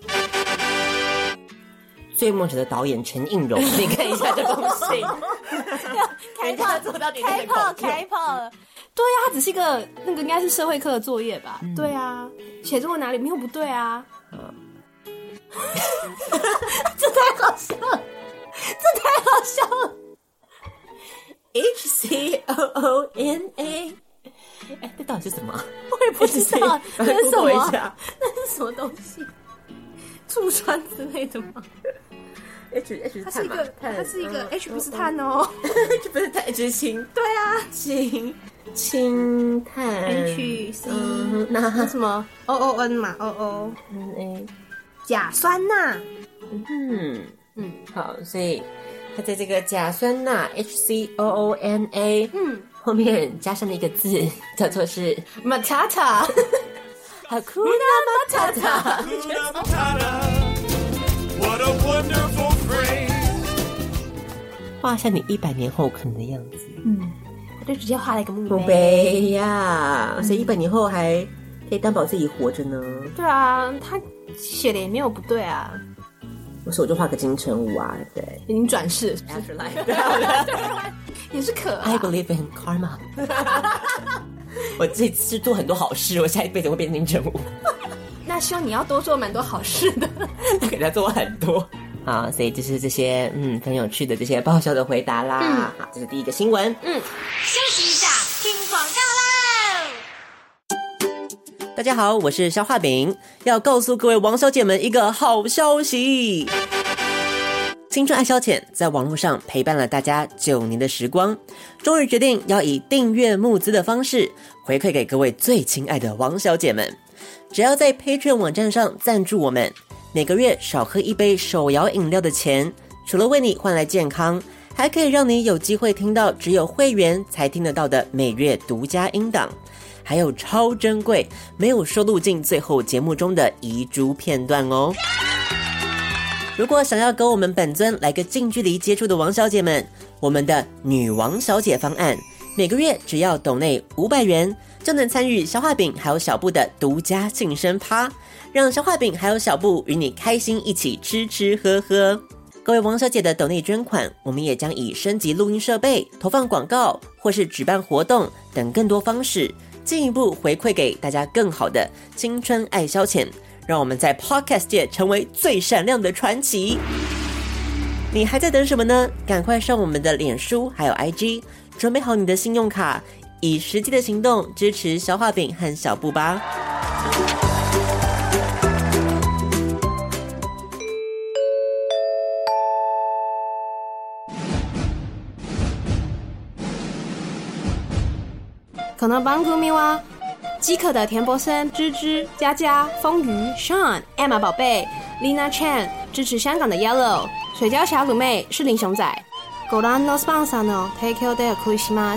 追梦者的导演陈映蓉，你看一下这东西， 开炮做到底开炮开炮了。对啊，它只是一个那个应该是社会课的作业吧？嗯、对啊，写作哪里没有不对啊？嗯、这太好笑了，这太好笑了。 H C O O N A， 哎，这到底是什么？ 我也不知道，那是什么？ 那是什么东西？醋酸之类的吗 ？H H 它是一个，它是一个 H 不是碳哦 ，H 不是碳，H 是氢。 对啊， 氢氢碳 H C， 那什么 O O N 嘛 ，O O N A， 甲酸钠。 嗯嗯，好，所以。它在这个甲酸钠 H C O O N A 嗯后面加上了一个字，叫做是 Matata Hakuna Matata What a wonderful phrase 画下你一百年后可能的样子。 嗯，我就直接画了一个墓碑。墓碑呀，嗯、所以一百年后还可以担保自己活着呢。 对啊，他写的也没有不对啊。 我说我就画个金城武啊，对， 已经转世 ，Afterlife， 也是可爱。 I believe in karma 。我这次做很多好事，我下一辈子会变金城武。 那希望你要多做蛮多好事的， 给他做很多。好，所以就是这些嗯很有趣的这些爆笑的回答啦。嗯、好，这是第一个新闻。 嗯，休息一下，听广告喽。大家好，我是消化饼，要告诉各位王小姐们一个好消息。青春爱消遣在网络上陪伴了大家九年的时光，终于决定要以订阅募资的方式回馈给各位最亲爱的王小姐们。只要在 Patreon 网站上赞助我们，每个月少喝一杯手摇饮料的钱，除了为你换来健康，还可以让你有机会听到只有会员才听得到的每月独家音档，还有超珍贵没有收录进最后节目中的遗珠片段哦。如果想要跟我们本尊来个近距离接触的王小姐们，我们的女王小姐方案，每个月只要抖内五百元，就能参与消化饼还有小布的独家庆生趴，让消化饼还有小布与你开心一起吃吃喝喝。各位王小姐的抖内捐款，我们也将以升级录音设备、投放广告或是举办活动等更多方式，进一步回馈给大家更好的青春爱消遣，让我们在 Podcast 界成为最闪亮的传奇。你还在等什么呢？赶快上我们的脸书还有 I G， 准备好你的信用卡，以实际的行动支持消化饼和小布吧。 この番組は饥渴的田伯森、芝芝、佳佳、风鱼、Sean、Emma 宝贝、Lina Chan 支持香港的 Yellow、水饺小卤妹是林熊仔。ご覧のスポンサーの提供でお送りします。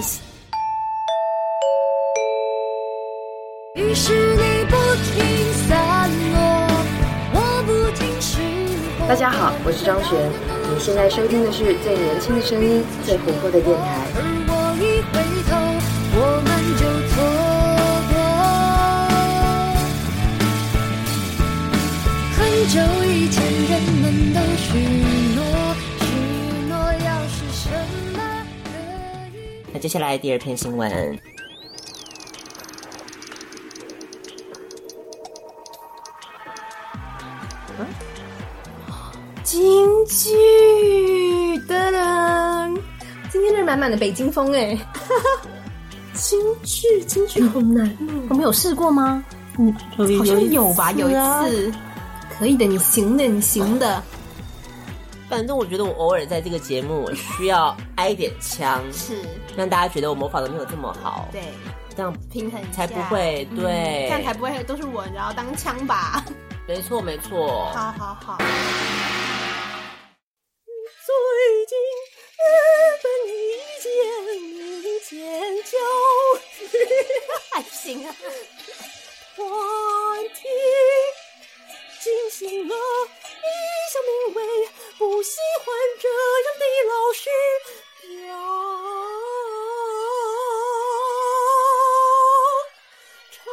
于是你不停散落，我不停失火。 大家好，我是张璇，你现在收听的是最年轻的声音，最活泼的电台。 而我一回头，我们就错过。很久以前，人们都许诺，许诺要是什么可以。 那接下来第二篇新闻。 京剧的人，今天是满满的北京风哎！京剧，京剧好难哦！我没有试过吗？ 嗯， 好像有吧，有一次。可以的，你行的，你行的。 反正我觉得我偶尔在这个节目需要挨一点枪， 是让大家觉得我模仿的没有这么好， 对， 这样平衡才不会对、 嗯，这样才不会都是我，然后当枪吧。 没错没错。 好好好。 最近日本一件民间教育还行啊， 团体进行了一项名为不喜欢这样的老师调查。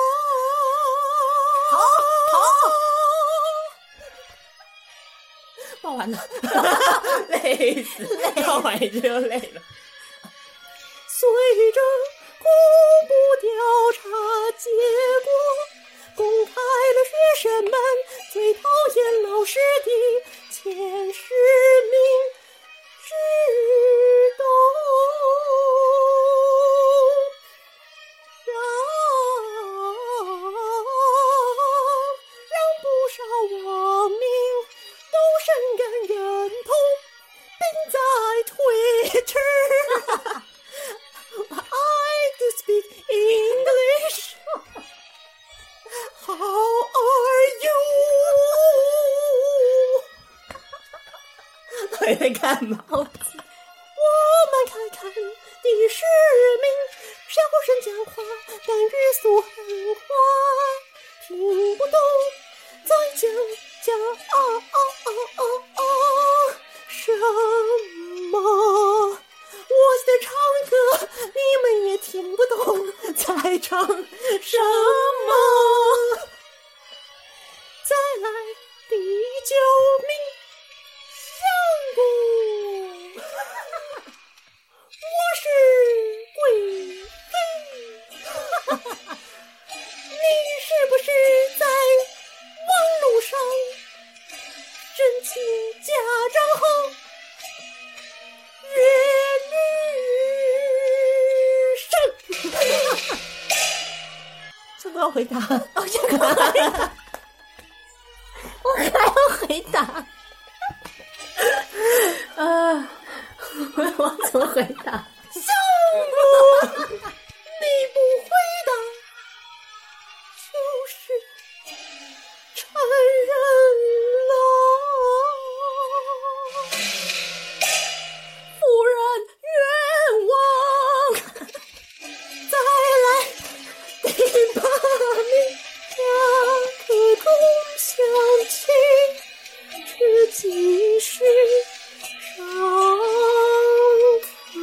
好好报完了累死报完就累了。随着公布调查结果，公开了学生们最讨厌老师的前十名制度，让让不少网民都深感认同，并在 Twitter I do speak English. How are you? 还在干嘛？我们看看第十名，小声讲话，但语速很快，听不懂，再讲讲啊啊啊啊啊！什么？我在唱歌，你们也听不懂，在唱什么？再来第九名，香菇，我是贵妃。你是不是在网络上申请驾照后越女生？这个要回答， 我这个要回答，我还要回答。呃，我我怎么回答？ 香菇，你不回答，就是承认了。夫人冤枉。再来第八名，两颗钟响起，只继续上课。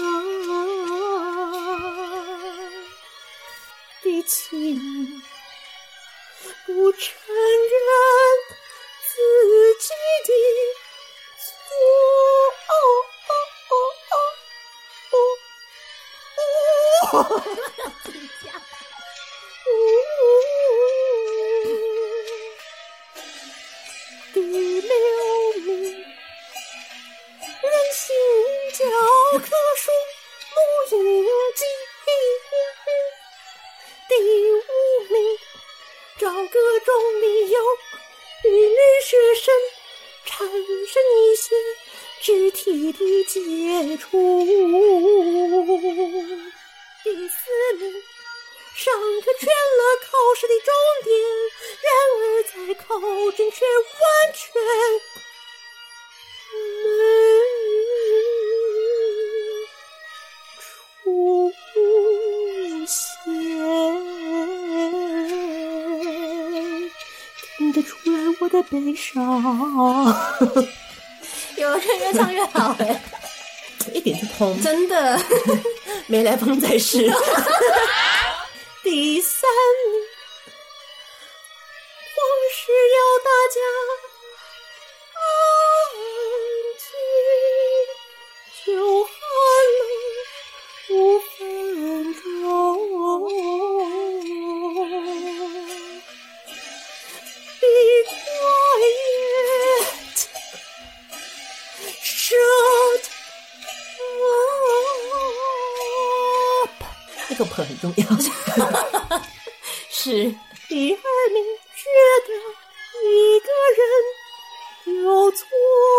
第七名，不承认自己的错。哦哦哦哦哦哦！第六名，人形教科书录音机。第五名，找各种理由与女学生产生一些肢体的接触。第四名，上课圈了考试的重点，然而在考证却完全没出现。听得出来我的悲伤。 有人越唱越好哎， 一点就通， 真的。 没来风再试。第三名，光是要大家安静，就喊了五分钟。Be quiet, shut up。这个 p 很重要。 是第二名，觉得一个人有错，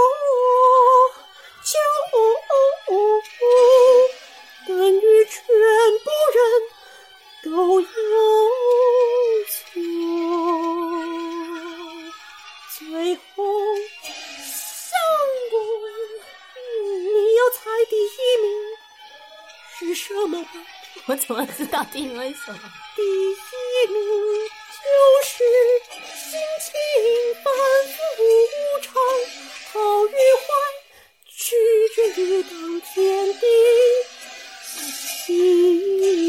就等于全部人都有错。 怎么知道第一名为什么？ 第一名就是心情反复无常，好与坏取决于当天的心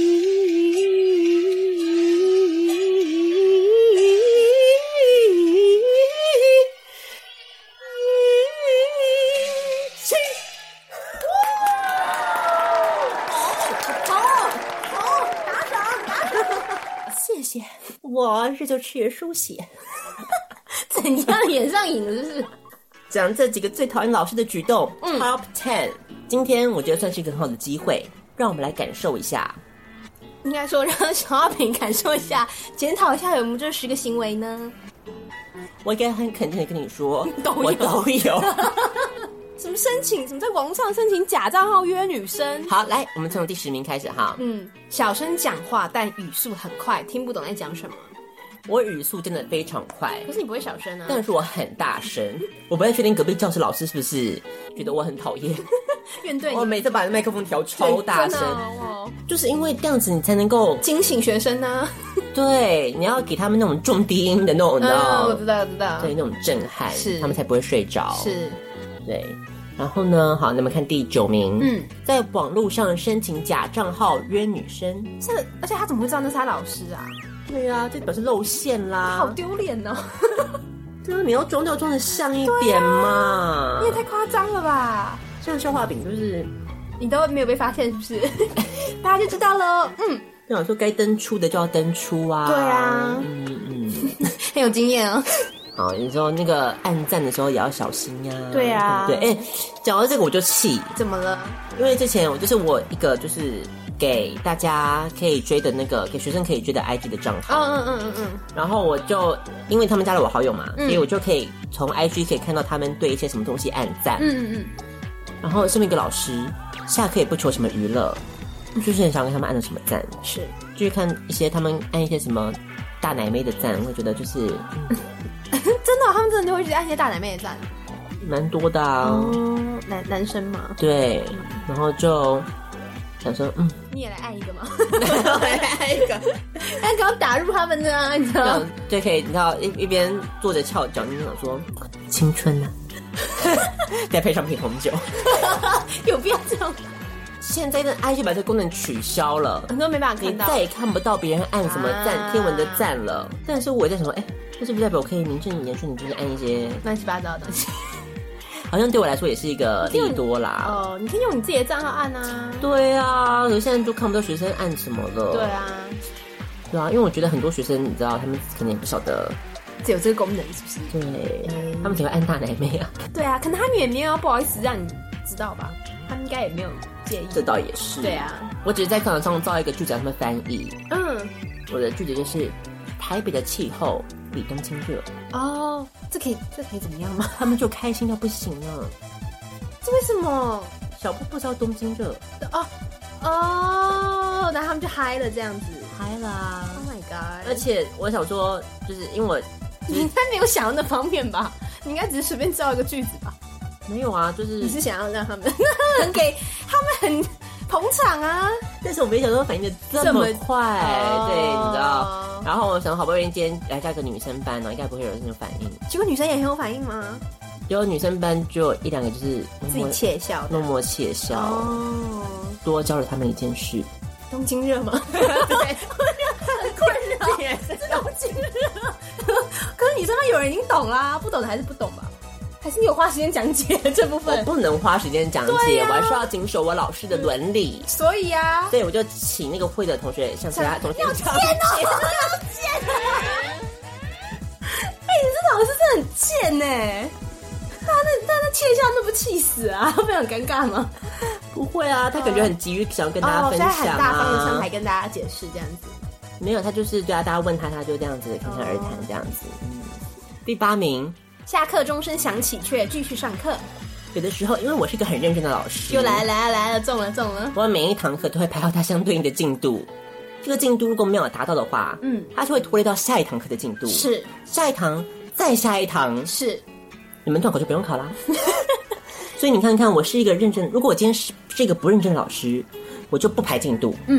我这就吃书写怎样演上瘾了是不是？ 讲这几个最讨厌老师的举动、嗯、Top 十。今天我觉得算是一个很好的机会，让我们来感受一下， 应该说让小阿平感受一下，检讨一下有没有这十个行为呢？ 我应该很肯定的跟你说都有我都有什么申请什么在网上申请假账号约女生。 好，来我们从第十名开始哈。 嗯，小声讲话但语速很快，听不懂在讲什么。 我语速真的非常快， 可是你不会小声啊。 但是我很大声，我不太确定隔壁教室老师是不是觉得我很讨厌怨对你。 我每次把麦克风调超大声、 哦、 就是因为这样子你才能够惊醒学生啊。 对，你要给他们那种重低音的那种、 嗯、我知道我知道， 对，那种震撼， 是他们才不会睡着。 是， 对。然后呢，好，那么看第九名， 嗯，在网络上申请假账号约女生， 这而且他怎么会知道那是他老师啊？ 对啊，这表示露馅啦， 好丢脸哦。 对啊，你要装掉装的像一点嘛， 你也太夸张了吧？ 像消化饼就是你都没有被发现是不是？大家就知道了。嗯， 就想说该登出的就要登出啊。 对啊， 嗯嗯， 很有经验哦。 好，有时候那个按赞的时候也要小心呀、啊。 对啊， 对，哎，讲到这个我就气。 怎么了？ 因为之前我就是我一个就是给大家可以追的那个给学生可以追的 I G 的账号。 嗯嗯嗯嗯嗯。 然后我就因为他们加了我好友嘛， 嗯、 所以我就可以从 I G 可以看到他们对一些什么东西按赞。 嗯嗯嗯。 然后身为一个老师，下课也不求什么娱乐，就是很想跟他们按的什么赞。 是， 就是看一些他们按一些什么大奶妹的赞，会觉得就是。嗯真的、哦，他们真的就会去按一些大奶妹的赞， 蛮多的啊。 哦，男男生嘛。 对，然后就想说，嗯， 你也来按一个吗？我来按一个，按刚打入他们的啊，你知道吗？ 就可以，你知道一一边坐着翘脚，你想说青春啊，再配上瓶红酒， 有必要这样？ 现在的 I G 把这个功能取消了， 很多没办法看到， 你再也看不到别人按什么赞、啊、天文的赞了。但是我在想说，哎、欸，这是不是代表我可以名正言顺，你就是按一些乱七八糟的东西？ 好像对我来说也是一个利多啦。 哦，你可以用你自己的账号按啊。 对啊，可是现在都看不到学生按什么了。 对啊， 对啊，因为我觉得很多学生，你知道，他们可能也不晓得只有这个功能，是不是？ 对，嗯、他们只会按大奶妹啊。 对啊，可能他们也没有不好意思让你知道吧，他们应该也没有介意。 这倒也是。 对啊， 我只是在课堂上造一个句子让他们翻译。 嗯， 我的句子就是台北的气候比东京热。 哦，这可以，这可以怎么样吗？ 他们就开心到不行了。 这为什么？ 小布不知道东京热。 哦哦，然后他们就嗨了，这样子嗨啦。 Oh my god！ 而且我想说，就是因为我、就是、 你应该没有想到那方面吧？你应该只是随便造一个句子吧？ 没有啊，就是你是想要让他们很给他们很捧场啊。 但是我没想到反应的这么快， 哦、 对，你知道。然后我想好不容易今天来加个女生班呢，应该不会有人有反应。 结果女生也很有反应吗？ 有女生班就有一两个就是自己窃笑， 默默窃笑。哦，多教了他们一件事。 东京热吗？对，很困扰，是东京热。可是女生班有人已经懂啦，不懂的还是不懂吧？还是你有花时间讲解这部分？ 我不能花时间讲解、啊，我还是要谨守我老师的伦理。 所以啊， 所以我就请那个会的同学向其他同学要见哦，要见啊！哎、欸，你这老师真的很贱哎！他那他那窃笑，那不气死啊？会很尴尬吗？ 不会啊，他感觉很急于想要跟大家分享啊，哦、 所以很大方的上台跟大家解释这样子。 没有，他就是对啊，大家问他，他就这样子侃侃而谈这样子。嗯，第八名。 下课钟声响起，却继续上课。 有的时候，因为我是一个很认真的老师， 又来了来了来了，中了中了。 我每一堂课都会排到它相对应的进度。这个进度如果没有达到的话，嗯，它就会拖累到下一堂课的进度。 是下一堂，再下一堂。 是， 你们段考就不用考啦。所以你看看，我是一个认真。如果我今天是是一个不认真的老师，我就不排进度。 嗯，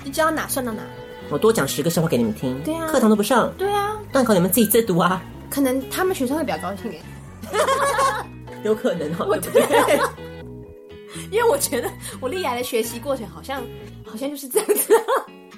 你教到哪算到哪。 我多讲十个笑话给你们听， 对啊， 课堂都不上， 对啊， 段考你们自己自读啊。 可能他们学生会比较高兴哎， 有可能哦， 我对不对？ 因为我觉得我历来的学习过程好像好像就是这样子、啊。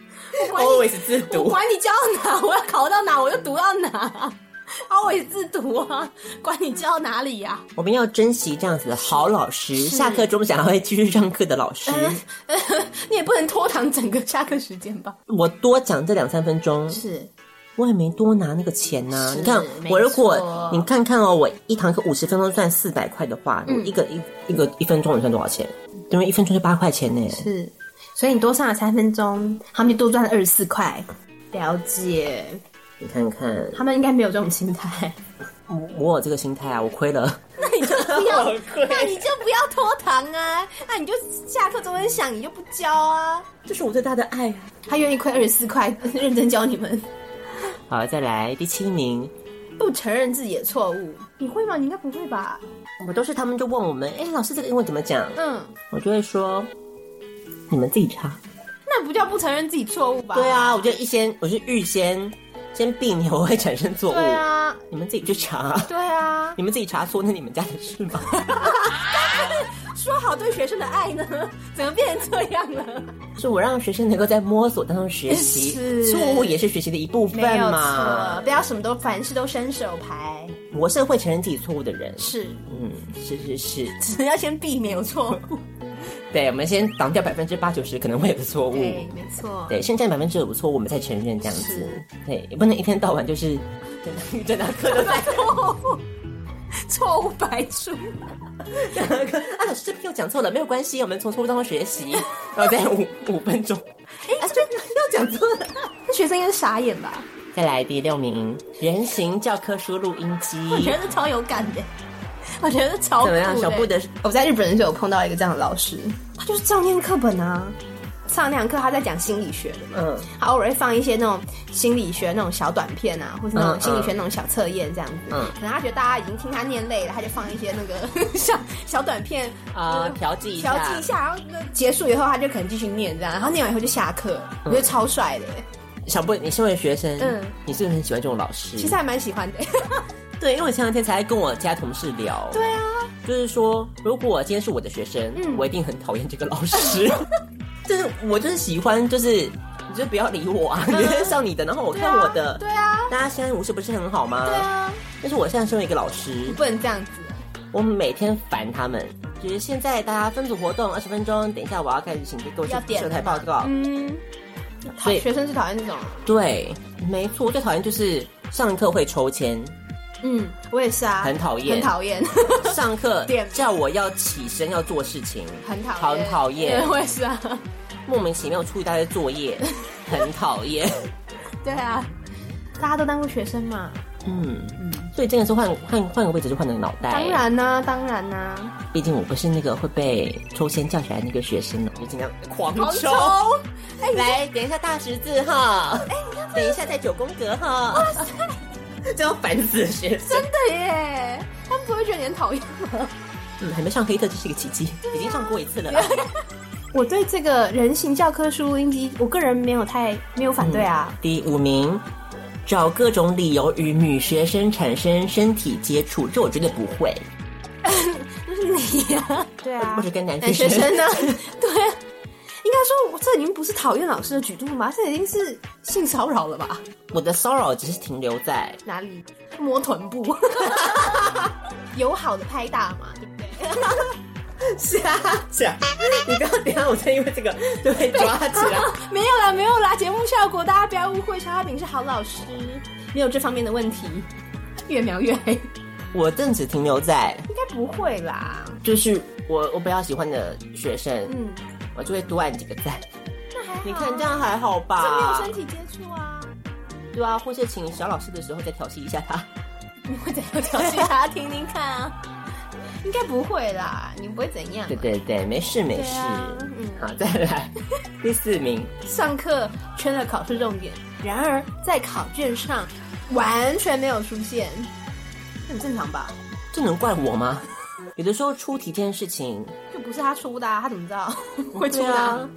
always 自读， 我管你教到哪，我要考到哪我就读到哪。always 自读啊，管你教哪里呀、啊？ 我们要珍惜这样子的好老师，下课钟响还会继续上课的老师。 呃呃、你也不能拖堂整个下课时间吧？ 我多讲这两三分钟， 是我也没多拿那个钱呐、啊。你看，我如果你看看哦，我一堂课五十分钟算四百块的话，嗯、我一个一一个一分钟你算多少钱？因为一分钟就八块钱呢。 是，所以你多上了三分钟，他们就多赚了二十四块。了解。 你看看， 他们应该没有这种心态。 我我有这个心态啊，我亏了。 那你就不要，那你就不要拖堂啊！那你就下课钟声响，你就不教啊！ 这是我对他的爱啊。 他愿意亏二十四块，认真教你们。 好，再来第七名， 不承认自己的错误。你会吗？你应该不会吧？ 我都是他们就问我们，哎、欸，老师这个英文怎么讲？ 嗯， 我就会说，你们自己查。 那不叫不承认自己错误吧？ 对啊，我就一先，我是预先。先避免我会产生错误。 对啊， 你们自己去查。 对啊， 你们自己查错，那你们家的事吧。 说好对学生的爱呢，怎么变成这样了？ 是我让学生能够在摸索当中学习，错误也是学习的一部分嘛。没有错， 不要什么都凡事都伸手牌。 我是会承认自己错误的人。 是， 嗯，是是是， 只要先避免有错误。 对，我们先挡掉百分之八九十可能会有的错误。 对，没错。 对，先占百分之五错误，我们再承认这样子。对，也不能一天到晚就是整堂课都在错误，错误百出。 整堂课啊，老师这边又讲错了，没有关系，我们从错误当中学习，然后再五五分钟。 哎、欸，这又讲错了，那学生应该是傻眼吧？ 再来第六名，人形教科书录音机， 我觉得超有感的。我觉得超酷的。 怎么样？小布的， 我在日本的时候有碰到一个这样的老师，他就是照念课本啊。上那堂课他在讲心理学的嘛，嗯，他偶尔会放一些那种心理学那种小短片啊，或是那种心理学那种小测验这样子。嗯，可能他觉得大家已经听他念累了，他就放一些那个小小短片啊，调剂一下， 调剂一下，然后结束以后他就可能继续念这样，然后念完以后就下课，我觉得超帅的。 小布，你身为学生，嗯，你是不是很喜欢这种老师？ 其实还蛮喜欢的。 对，因为我前两天才跟我家同事聊， 对啊， 就是说，如果今天是我的学生，嗯，我一定很讨厌这个老师。就是我就是喜欢，就是你就不要理我啊，你就上你的，然后我看我的， 对啊， 大家相安无事不是很好吗？ 对啊。 但是我现在身为一个老师， 不能这样子。 我每天烦他们，就是现在大家分组活动二十分钟，等一下我要开始请给我社台报告，嗯。 所以学生最讨厌这种。 对，没错，最讨厌就是上课会抽签。 嗯，我也是啊， 很讨厌， 很讨厌。 上课叫我要起身要做事情， 很讨厌， 很讨厌。 我也是啊， 莫名其妙出一大堆作业，很讨厌。 对啊，大家都当过学生嘛。 嗯嗯，所以真的是换换换个位置就换个脑袋。 当然啦、啊，当然啦、啊。 毕竟我不是那个会被抽签叫起来那个学生，我就尽量狂抽。 哎， 来点一下大十字哈，哎，等一下在九宫格哈。哇塞！这要烦死学生！ 真的耶，他们不会觉得你很讨厌吗？ 嗯，还没上黑特，这是一个奇迹，已经上过一次了。 我对这个人形教科书录音机，我个人没有太没有反对啊。 嗯、第五名，找各种理由与女学生产生身体接触，这我绝对不会。 那是你呀、啊，对啊， 或者跟男学生呢？对、啊。应该说，我这已经不是讨厌老师的举动吧？这已经是性骚扰了吧？ 我的骚扰只是停留在哪里？摸臀部，友好的拍打嘛，对不对？ 是啊，是啊。你不要等一下，我真因为这个就被抓起来。 没有啦，没有啦，节目效果，大家不要误会，肖亚炳是好老师，没有这方面的问题。越描越黑。 我正只停留在应该不会啦， 就是我我比较喜欢的学生，嗯。我就会多按几个赞， 那还好， 你看这样还好吧？ 这没有身体接触啊。 对啊，或是請小老師的時候再調戲一下他。 你會怎樣調戲他？聽聽看啊。應該不會啦，你不會怎樣、啊。 對對對，沒事沒事。啊、嗯，好，再來第四名。 上課圈了考試重點，然而在考卷上完全沒有出現，很正常吧？ 這能怪我嗎？有的時候出題這件事情就不是他出的、啊，他怎麼知道會出的、啊？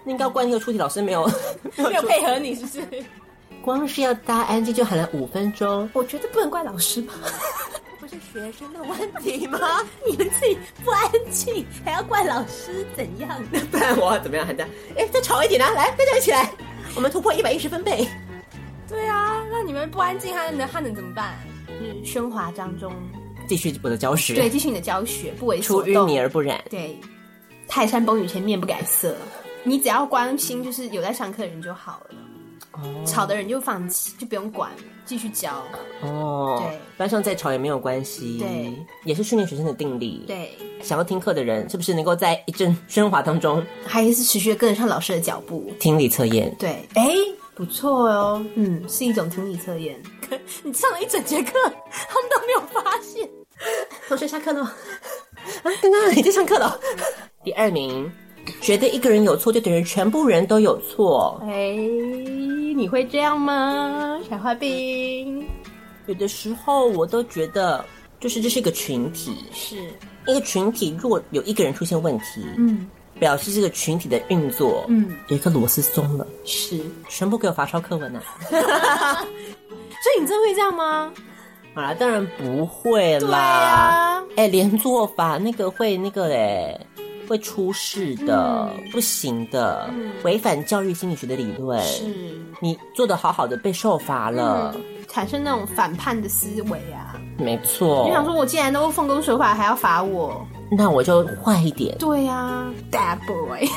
那应该关一个出题，老师没有没有配合你，是不是？ 光是要大家安静就喊了五分钟， 我觉得不能怪老师吧。 不是学生的问题吗？ 你们自己不安静，还要怪老师怎样？ 不然我要怎么样喊他？哎，再吵一点啊！来，大家一起来，我们突破一百一十分贝。 对啊，那你们不安静，他能他能怎么办？就是喧哗当中继续我的教学， 对，继续你的教学，不为所动，出淤泥而不染。 对，泰山崩于前面不改色，你只要关心就是有在上课的人就好了。哦，吵的人就放弃，就不用管，继续教。 哦，对，班上再吵也没有关系。 对， 也是训练学生的定力。 对， 想要听课的人，是不是能够在一阵喧哗当中， 还是持续的跟得上老师的脚步？ 听力测验，对， 哎，不错哦，嗯，是一种听力测验。你上了一整节课，他们都没有发现。 同学下课了吗？啊，刚刚已经上课了。第二名，觉得一个人有错，就等于全部人都有错。 哎，你会这样吗，小花饼？ 有的时候我都觉得，就是这是一个群体， 是一个群体，如果有一个人出现问题，嗯，表示这个群体的运作，嗯，有一个螺丝松了， 是， 全部给我罚抄课文啊！ 所以你真会这样吗？ 好啦，当然不会啦。对啊， 哎、欸，连坐法那个会那个嘞。会出事的，嗯、不行的，违、嗯、反教育心理学的理论。是，你做得好好的被受罚了、嗯， 产生那种反叛的思维啊。 没错， 你想说我既然都奉公守法，还要罚我， 那我就坏一点。 对啊 ，bad boy，bad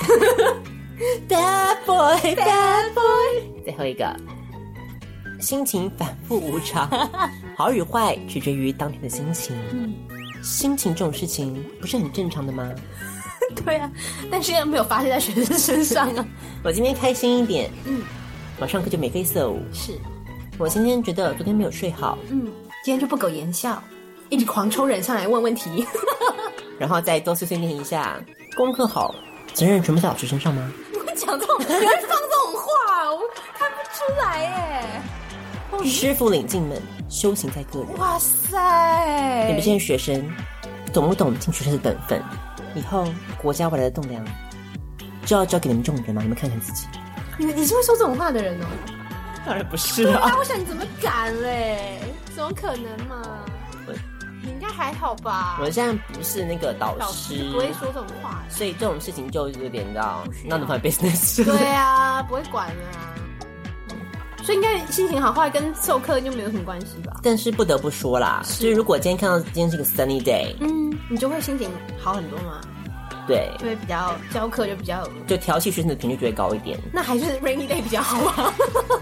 boy，bad boy。最后一个，心情反复无常，好与坏取决于当天的心情。嗯，心情这种事情不是很正常的吗？ 对啊，但是没有发泄在学生身上啊。 我今天开心一点，嗯，我上课就眉飞色舞。 是， 我今天觉得昨天没有睡好， 嗯，今天就不苟言笑，一直狂抽人上来问问题， 然后再多碎碎念一下。功课好，责任全部在老师身上吗？ 你会讲这种，你会放这种话，我看不出来耶。 师傅领进门，修行在个人。 哇塞！ 你们这些学生，懂不懂尽学生的本分？以后国家未来的栋梁就要交给你们这种人吗？你们看看自己。 你你是会说这种话的人哦？ 当然不是啊！ 啊我想你怎么敢嘞？怎么可能嘛？你应该还好吧？ 我现在不是那个导师， 导师不会说这种话， 所以这种事情就有点到 none of my business。 对啊，不会管啊。所以应该心情好坏跟授课就没有什么关系吧？ 但是不得不说啦，是就是如果今天看到今天是个 sunny day， 嗯，你就会心情好很多嘛。 对， 就会比较教课就比较就调戏学生的频率就会高一点。 那还是 rainy day 比较好啊。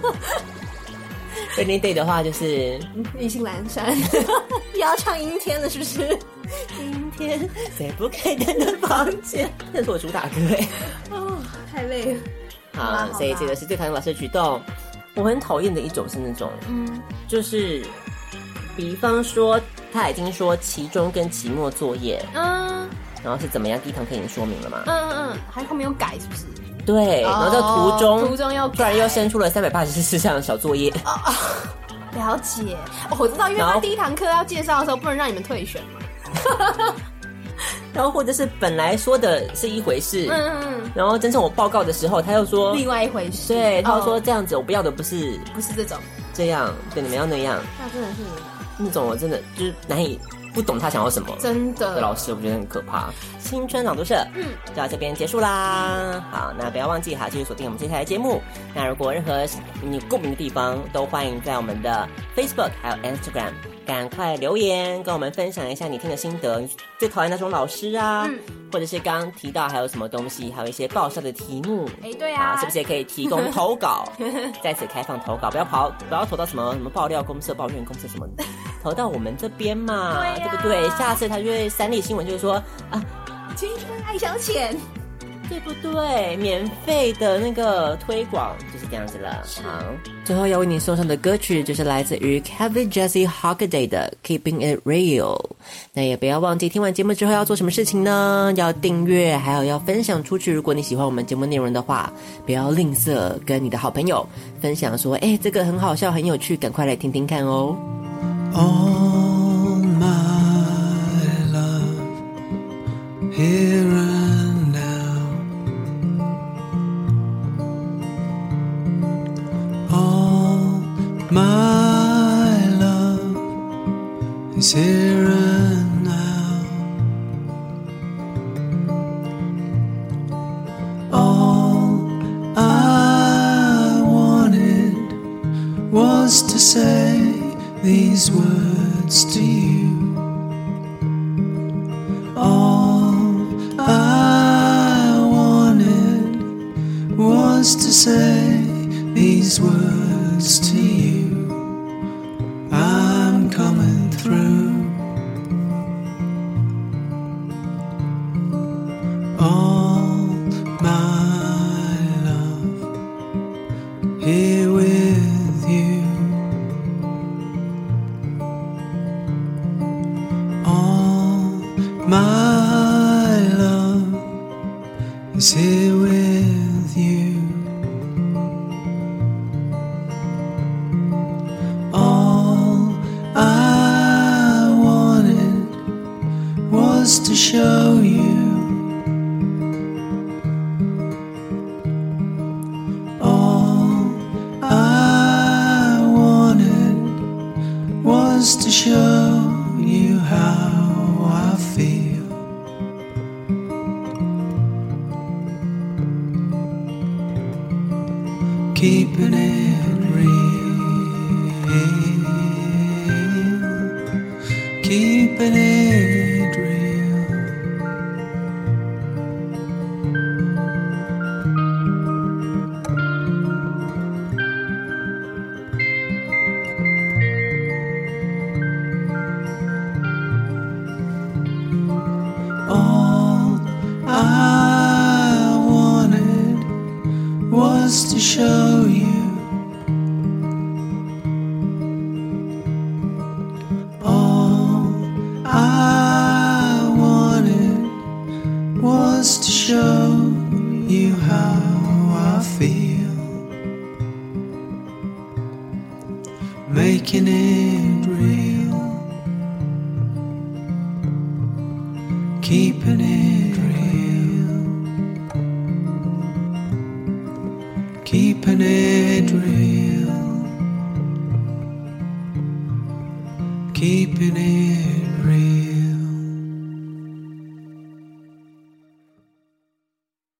rainy day 的话就是意兴阑珊，又要唱阴天了，是不是？ 阴天在不开灯的房间，那是我主打歌哎。 哦，太累了。 好，所以这个是最讨厌老师的举动。我很讨厌的一种是那种，嗯，就是比方说他已经说期中跟期末作业，嗯，然后是怎么样？第一堂课已经说明了嘛， 嗯嗯嗯，还后面有改是不是？ 对，然后在途中， 哦、途中又突然又生出了三百八十四项的小作业。 哦哦，了解、哦，我知道，因为他第一堂课要介绍的时候不能让你们退选嘛。 然后或者是本来说的是一回事，嗯嗯嗯，然后真正我报告的时候，他又说另外一回事。 对，他说这样子，我不要的不是不是这种， 这样，对，你们要那样。 那真的是那种，我真的就是难以不懂他想要什么。 真的， 的老师我觉得很可怕。青春朗读社，嗯，就到这边结束啦。好，那不要忘记哈，继续锁定我们接下来的节目。那如果任何你共鸣的地方，都欢迎在我们的 Facebook 还有 Instagram。赶快留言跟我们分享一下你听的心得，你最讨厌那种老师啊，嗯、或者是刚刚提到还有什么东西，还有一些爆笑的题目， 哎，对啊， 是不是也可以提供投稿？在此开放投稿，不要跑，不要投到什么什么爆料公社、抱怨公社什么的，投到我们这边嘛，对,、啊、对不对？下次他就会三立新闻就是说啊， 青春爱消遣。 对不对？免费的那个推广就是这样子了。好，最后要为你送上的歌曲就是来自于 Kevin Jesse Hockaday 的 Keeping It Real。那也不要忘记听完节目之后要做什么事情呢？要订阅，还有要分享出去。如果你喜欢我们节目内容的话，不要吝啬跟你的好朋友分享说，哎，这个很好笑很有趣，赶快来听听看哦。 All my love here and My love is here and now. All I wanted was to say these words to you. All I wanted was to say these words to you. I'm coming through. All my love here with you. All my love is here with you. All I wanted was to show you. All I wanted was to show you how I feel. Keeping it real, keeping it real. All I wanted was to show you. All I wanted was to show you how I feel. Making it real, keeping it real, keeping it real, keeping it real.